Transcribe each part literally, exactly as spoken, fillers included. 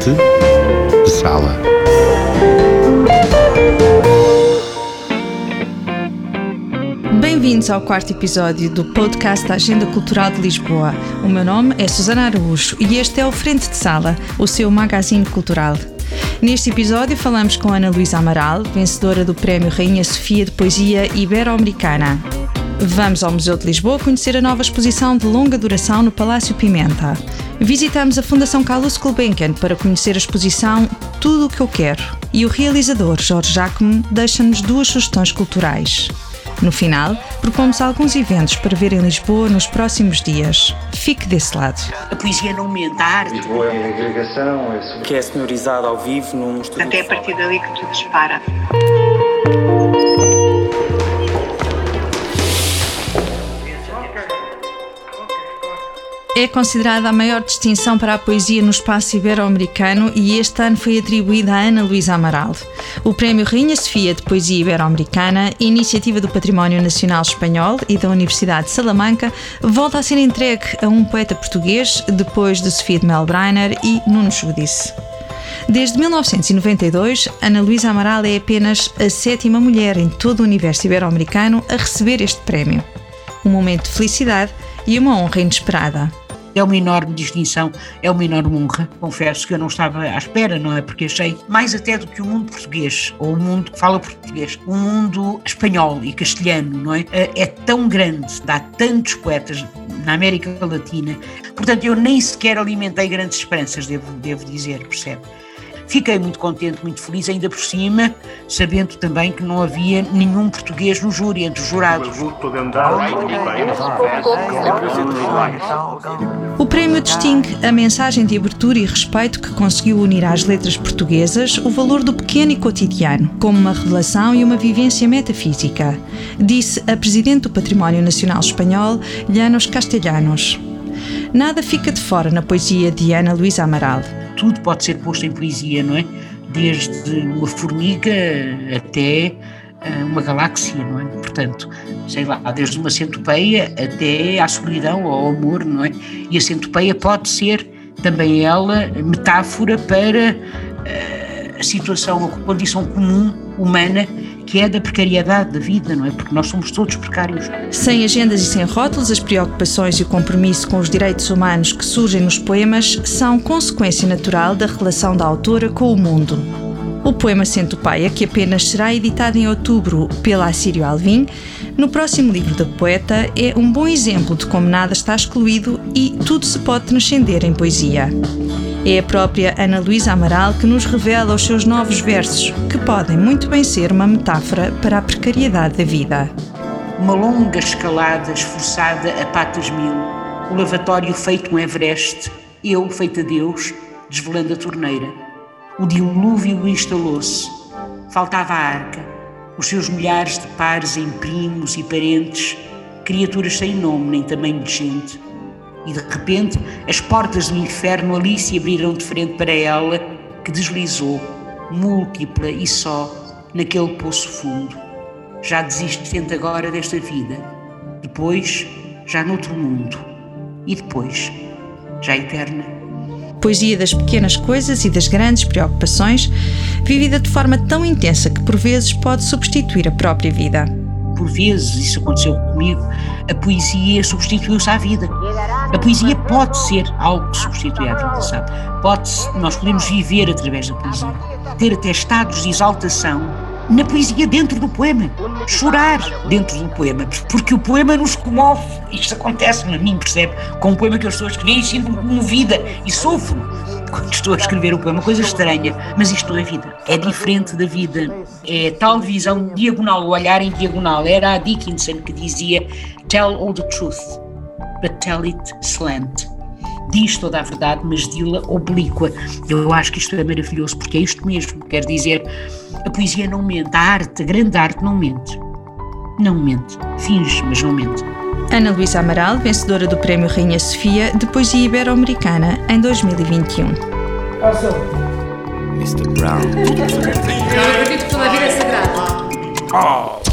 Ambiente de Sala. Bem-vindos ao quarto episódio do podcast da Agenda Cultural de Lisboa. O meu nome é Susana Araújo e este é o Frente de Sala, o seu magazine cultural. Neste episódio falamos com Ana Luísa Amaral, vencedora do Prémio Rainha Sofia de Poesia Ibero-Americana. Vamos ao Museu de Lisboa conhecer a nova exposição de longa duração no Palácio Pimenta. Visitamos a Fundação Calouste Gulbenkian para conhecer a exposição Tudo o que eu quero. E o realizador Jorge Jacome deixa-nos duas sugestões culturais. No final, propomos alguns eventos para ver em Lisboa nos próximos dias. Fique desse lado. A poesia não mente, a arte. Lisboa é uma agregação. É sobre... que é sonorizada ao vivo num estúdio. Até a partir dali que tudo dispara. É considerada a maior distinção para a poesia no espaço ibero-americano e este ano foi atribuída a Ana Luísa Amaral. O Prémio Rainha Sofia de Poesia Ibero-Americana, iniciativa do Património Nacional Espanhol e da Universidade de Salamanca, volta a ser entregue a um poeta português depois de Sofia de Melbrenner e Nuno Judice. Desde mil novecentos e noventa e dois, Ana Luísa Amaral é apenas a sétima mulher em todo o universo ibero-americano a receber este prémio. Um momento de felicidade e uma honra inesperada. É uma enorme distinção, é uma enorme honra. Confesso que eu não estava à espera, não é? Porque achei, mais até do que o mundo português, ou o mundo que fala português, o mundo espanhol e castelhano, não é? É tão grande, dá tantos poetas na América Latina. Portanto, eu nem sequer alimentei grandes esperanças, devo, devo dizer, percebe? Fiquei muito contente, muito feliz, ainda por cima, sabendo também que não havia nenhum português no júri, entre os jurados. O prémio distingue a mensagem de abertura e respeito que conseguiu unir às letras portuguesas o valor do pequeno e cotidiano, como uma revelação e uma vivência metafísica, disse a Presidente do Património Nacional Espanhol, Llanos Castellanos. Nada fica de fora na poesia de Ana Luísa Amaral. Tudo pode ser posto em poesia, não é? Desde uma formiga até uma galáxia, não é? Portanto, sei lá, desde uma centopeia até à solidão ou ao amor, não é? E a centopeia pode ser também ela metáfora para uh, a situação, a condição comum humana, que é da precariedade da vida, não é? Porque nós somos todos precários. Sem agendas e sem rótulos, as preocupações e o compromisso com os direitos humanos que surgem nos poemas são consequência natural da relação da autora com o mundo. O poema Centopeia, que apenas será editado em outubro pela Assírio Alvim, no próximo livro da poeta, é um bom exemplo de como nada está excluído e tudo se pode transcender em poesia. É a própria Ana Luísa Amaral que nos revela os seus novos versos, que podem muito bem ser uma metáfora para a precariedade da vida. Uma longa escalada esforçada a patas mil, o lavatório feito um Everest, eu, feito a Deus, desvelando a torneira. O dilúvio instalou-se, faltava a arca, os seus milhares de pares em primos e parentes, criaturas sem nome nem tamanho de gente. E de repente as portas do inferno ali se abriram de frente para ela, que deslizou, múltipla e só, naquele poço fundo. Já desistente agora desta vida, depois já noutro mundo, e depois já eterna. Poesia das pequenas coisas e das grandes preocupações, vivida de forma tão intensa que por vezes pode substituir a própria vida. Por vezes, isso aconteceu comigo, a poesia substituiu-se à vida. A poesia pode ser algo que substitui à vida, sabe? Pode, nós podemos viver através da poesia, ter até estados de exaltação na poesia dentro do poema, chorar dentro do poema, porque o poema nos comove. Isto acontece-me a mim, percebe? Com um poema que eu estou a escrever e sinto-me comovida e sofro quando estou a escrever um poema, coisa estranha, mas isto não é vida, é diferente da vida, é tal visão diagonal, o olhar em diagonal. Era a Dickinson que dizia "Tell all the truth, but tell it slant". Diz toda a verdade, mas dila oblíqua. Eu acho que isto é maravilhoso, porque é isto mesmo, quer dizer, a poesia não mente, a arte, a grande arte não mente, não mente, finge, mas não mente. Ana Luísa Amaral, vencedora do Prémio Rainha Sofia de Poesia Ibero-Americana em dois mil e vinte e um. mister Brown. Eu acredito que toda a vida é sagrada. Oh.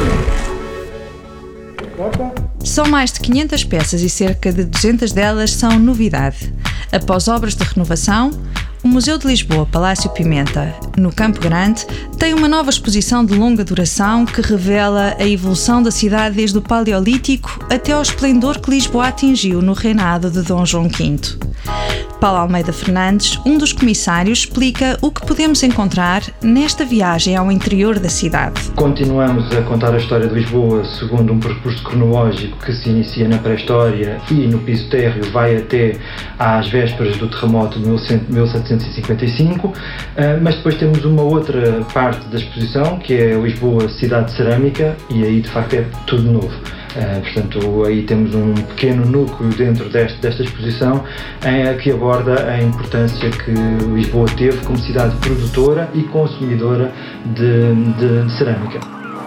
São mais de quinhentas peças e cerca de duzentas delas são novidade. Após obras de renovação, O Museu de Lisboa Palácio Pimenta, no Campo Grande, tem uma nova exposição de longa duração que revela a evolução da cidade desde o Paleolítico até ao esplendor que Lisboa atingiu no reinado de Dom João quinto. Paulo Almeida Fernandes, um dos comissários, explica o que podemos encontrar nesta viagem ao interior da cidade. Continuamos a contar a história de Lisboa segundo um percurso cronológico que se inicia na pré-história e no piso térreo vai até às vésperas do terremoto de mil setecentos e cinquenta e cinco, mas depois temos uma outra parte da exposição que é Lisboa Cidade Cerâmica e aí de facto é tudo novo. Uh, portanto, aí temos um pequeno núcleo dentro deste, desta exposição uh, que aborda a importância que Lisboa teve como cidade produtora e consumidora de, de, de cerâmica.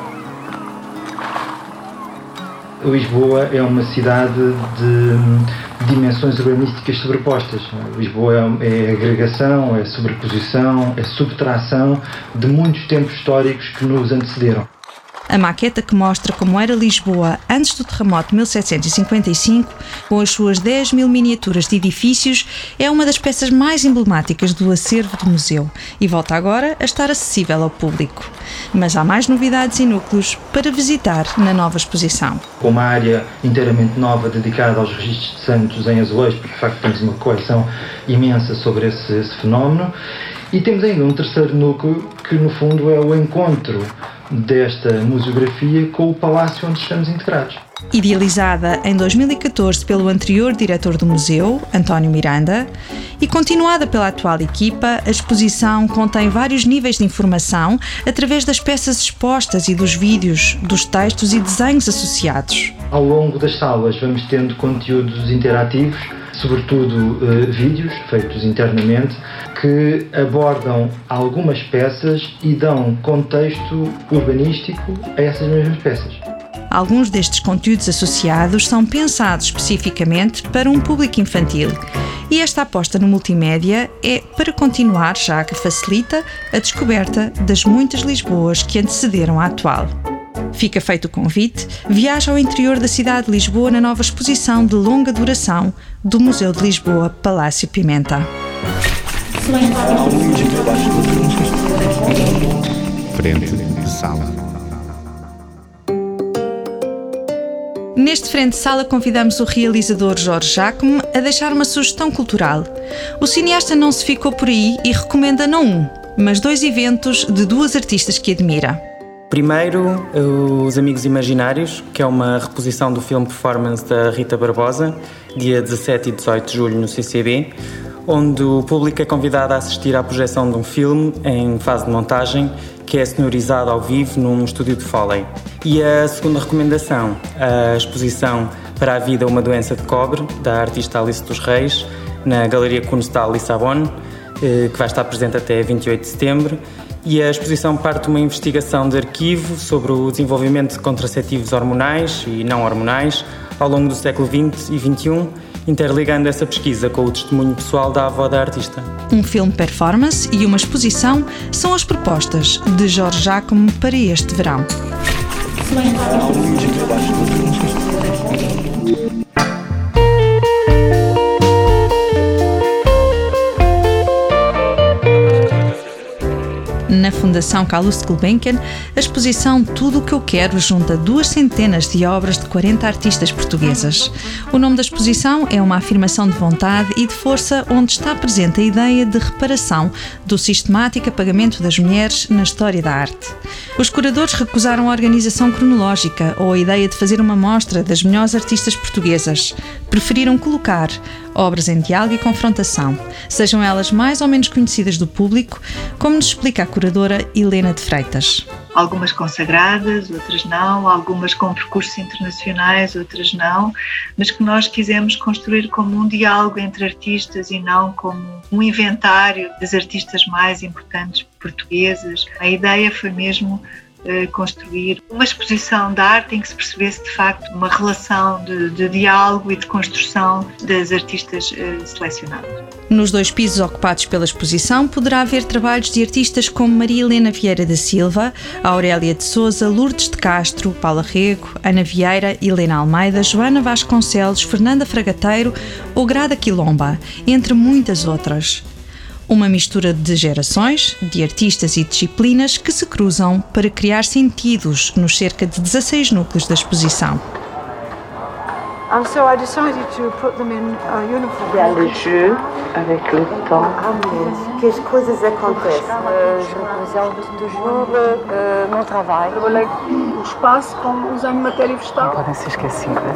Lisboa é uma cidade de dimensões urbanísticas sobrepostas. Lisboa é, é agregação, é sobreposição, é subtração de muitos tempos históricos que nos antecederam. A maqueta que mostra como era Lisboa antes do terremoto de mil setecentos e cinquenta e cinco, com as suas dez mil miniaturas de edifícios, é uma das peças mais emblemáticas do acervo do museu e volta agora a estar acessível ao público. Mas há mais novidades e núcleos para visitar na nova exposição. Com uma área inteiramente nova dedicada aos registros de santos em azulejo, porque de facto temos uma coleção imensa sobre esse, esse fenómeno, e temos ainda um terceiro núcleo que no fundo é o encontro desta museografia com o palácio onde estamos integrados. Idealizada em dois mil e catorze pelo anterior diretor do museu, António Miranda, e continuada pela atual equipa, a exposição contém vários níveis de informação através das peças expostas e dos vídeos, dos textos e desenhos associados. Ao longo das salas vamos tendo conteúdos interativos, sobretudo uh, vídeos feitos internamente, que abordam algumas peças e dão contexto urbanístico a essas mesmas peças. Alguns destes conteúdos associados são pensados especificamente para um público infantil e esta aposta no multimédia é para continuar, já que facilita a descoberta das muitas Lisboas que antecederam a atual. Fica feito o convite, viaja ao interior da cidade de Lisboa na nova exposição de longa duração do Museu de Lisboa Palácio Pimenta. Frente de sala. Neste Frente de Sala convidamos o realizador Jorge Jacome a deixar uma sugestão cultural. O cineasta não se ficou por aí e recomenda não um, mas dois eventos de duas artistas que admira. Primeiro, Os Amigos Imaginários, que é uma reposição do filme performance da Rita Barbosa, dia dezassete e dezoito de julho no C C B, onde o público é convidado a assistir à projeção de um filme em fase de montagem, que é sonorizado ao vivo num estúdio de Foley. E a segunda recomendação, a exposição Para a Vida uma Doença de Cobre, da artista Alice dos Reis, na Galeria Kunsthal Lissabon, que vai estar presente até vinte e oito de setembro. E a exposição parte de uma investigação de arquivo sobre o desenvolvimento de contraceptivos hormonais e não hormonais ao longo do século vinte e vinte e um, interligando essa pesquisa com o testemunho pessoal da avó da artista. Um filme performance e uma exposição são as propostas de Jorge Jacome para este verão. Na Fundação Calouste Gulbenkian, a exposição Tudo o que eu quero junta duas centenas de obras de quarenta artistas portuguesas. O nome da exposição é uma afirmação de vontade e de força onde está presente a ideia de reparação do sistemático apagamento das mulheres na história da arte. Os curadores recusaram a organização cronológica ou a ideia de fazer uma mostra das melhores artistas portuguesas. Preferiram colocar obras em diálogo e confrontação, sejam elas mais ou menos conhecidas do público, como nos explica a curadora Helena de Freitas. Algumas consagradas, outras não, algumas com percursos internacionais, outras não, mas que nós quisemos construir como um diálogo entre artistas e não como um inventário das artistas mais importantes portuguesas. A ideia foi mesmo construir uma exposição de arte em que se percebesse de facto uma relação de, de diálogo e de construção das artistas uh, selecionadas. Nos dois pisos ocupados pela exposição poderá haver trabalhos de artistas como Maria Helena Vieira da Silva, Aurélia de Sousa, Lourdes de Castro, Paula Rego, Ana Vieira, Helena Almeida, Joana Vasconcelos, Fernanda Fragateiro ou Grada Quilomba, entre muitas outras. Uma mistura de gerações, de artistas e disciplinas que se cruzam para criar sentidos nos cerca de dezasseis núcleos da exposição. And so I decided to put them in a uniform. Il y a le jeu avec le temps. Que as coisas acontecem. Uh, je represente toujours uh, mon travail. Trabalhei o espaço com, usando matéria vegetal. Não podem ser esquecidas.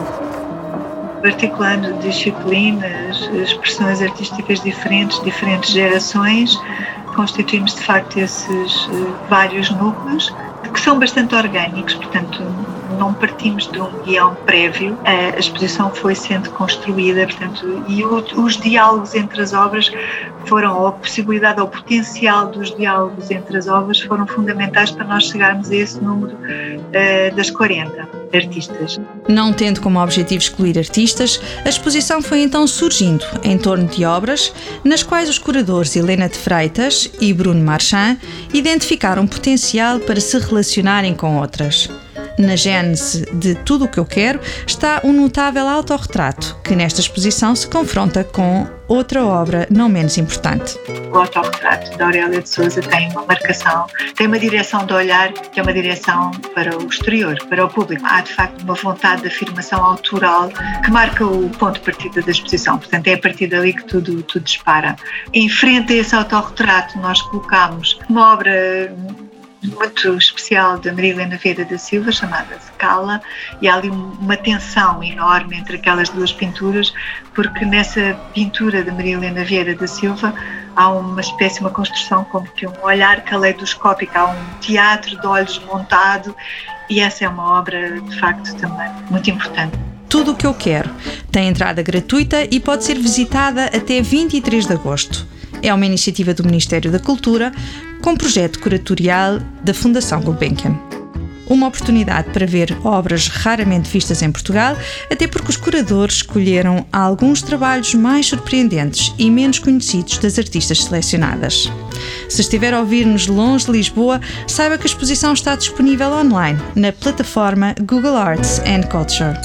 Articulando disciplinas, expressões artísticas diferentes, diferentes gerações, constituímos de facto esses uh, vários núcleos que são bastante orgânicos, portanto não partimos de um guião prévio, a exposição foi sendo construída, portanto, e o, os diálogos entre as obras foram, ou a possibilidade ou o potencial dos diálogos entre as obras foram fundamentais para nós chegarmos a esse número uh, das quarenta artistas. Não tendo como objetivo excluir artistas, a exposição foi então surgindo em torno de obras nas quais os curadores Helena de Freitas e Bruno Marchand identificaram potencial para se relacionarem com outras. Na gênese de Tudo o que eu quero está um notável autorretrato que nesta exposição se confronta com outra obra não menos importante. O autorretrato da Aurélia de Sousa tem uma marcação, tem uma direção de olhar que é uma direção para o exterior, para o público. Há de facto uma vontade de afirmação autoral que marca o ponto de partida da exposição, portanto é a partir dali que tudo, tudo dispara. Em frente a esse autorretrato nós colocamos uma obra muito especial da Maria Helena Vieira da Silva, chamada Scala, e há ali uma tensão enorme entre aquelas duas pinturas, porque nessa pintura da Maria Helena Vieira da Silva há uma espécie, uma construção como que um olhar caleidoscópico, há um teatro de olhos montado, e essa é uma obra, de facto, também muito importante. Tudo o que eu quero tem entrada gratuita e pode ser visitada até vinte e três de agosto. É uma iniciativa do Ministério da Cultura com projeto curatorial da Fundação Gulbenkian. Uma oportunidade para ver obras raramente vistas em Portugal, até porque os curadores escolheram alguns trabalhos mais surpreendentes e menos conhecidos das artistas selecionadas. Se estiver a ouvir-nos longe de Lisboa, saiba que a exposição está disponível online na plataforma Google Arts and Culture.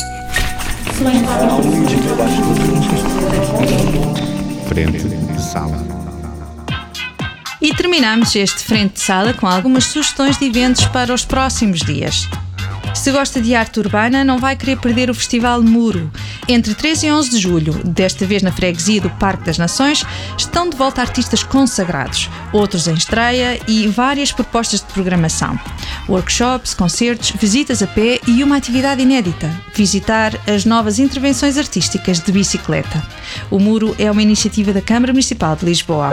Frente de sala. E terminamos este Frente de Sala com algumas sugestões de eventos para os próximos dias. Se gosta de arte urbana, não vai querer perder o Festival Muro. Entre treze e onze de julho, desta vez na freguesia do Parque das Nações, estão de volta artistas consagrados, outros em estreia e várias propostas de programação. Workshops, concertos, visitas a pé e uma atividade inédita, visitar as novas intervenções artísticas de bicicleta. O Muro é uma iniciativa da Câmara Municipal de Lisboa.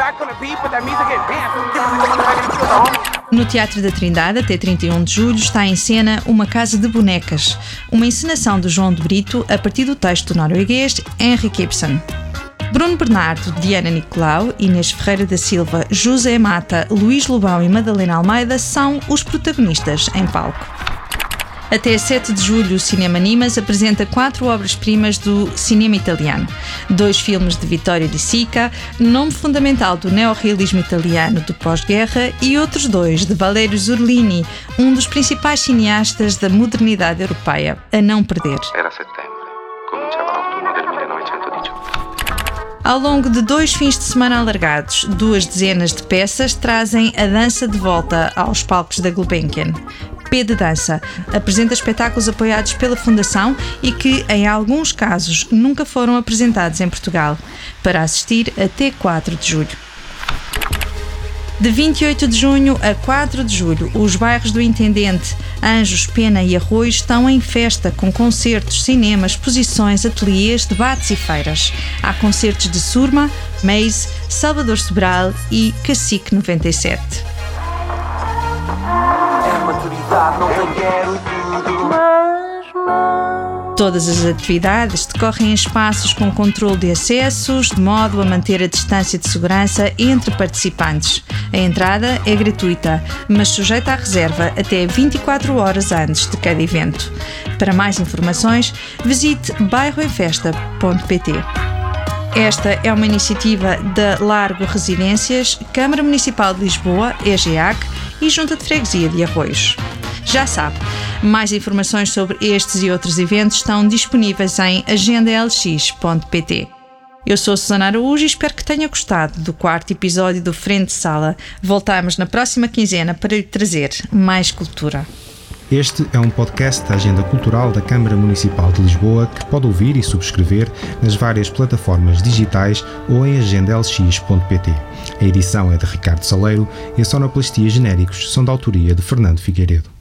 No Teatro da Trindade, até trinta e um de julho, está em cena Uma Casa de Bonecas, uma encenação de João de Brito a partir do texto do norueguês Henrik Ibsen. Bruno Bernardo, Diana Nicolau, Inês Ferreira da Silva, José Mata, Luís Lobão e Madalena Almeida são os protagonistas em palco. Até sete de julho, o Cinema Nimas apresenta quatro obras-primas do cinema italiano. Dois filmes de Vittorio De Sica, nome fundamental do neorrealismo italiano do pós-guerra, e outros dois de Valerio Zurlini, um dos principais cineastas da modernidade europeia, a não perder. Era setembro, cominciava l'autunno del millenovecentodiciotto. Ao longo de dois fins de semana alargados, duas dezenas de peças trazem a dança de volta aos palcos da Gulbenkian. P de Dança apresenta espetáculos apoiados pela Fundação e que, em alguns casos, nunca foram apresentados em Portugal, para assistir até quatro de julho. De vinte e oito de junho a quatro de julho, os bairros do Intendente, Anjos, Pena e Arroios estão em festa com concertos, cinemas, exposições, ateliês, debates e feiras. Há concertos de Surma, Maze, Salvador Sobral e Cacique noventa e sete. Todas as atividades decorrem em espaços com controle de acessos, de modo a manter a distância de segurança entre participantes. A entrada é gratuita, mas sujeita à reserva até vinte e quatro horas antes de cada evento. Para mais informações, visite bairro em festa ponto pt. Esta é uma iniciativa da Largo Residências, Câmara Municipal de Lisboa, E G A C e Junta de Freguesia de Arroios. Já sabe, mais informações sobre estes e outros eventos estão disponíveis em agenda l x ponto pt. Eu sou a Susana Araújo e espero que tenha gostado do quarto episódio do Frente de Sala. Voltamos na próxima quinzena para lhe trazer mais cultura. Este é um podcast da Agenda Cultural da Câmara Municipal de Lisboa que pode ouvir e subscrever nas várias plataformas digitais ou em agenda l x ponto p t. A edição é de Ricardo Saleiro e a sonoplastia genéricos são da autoria de Fernando Figueiredo.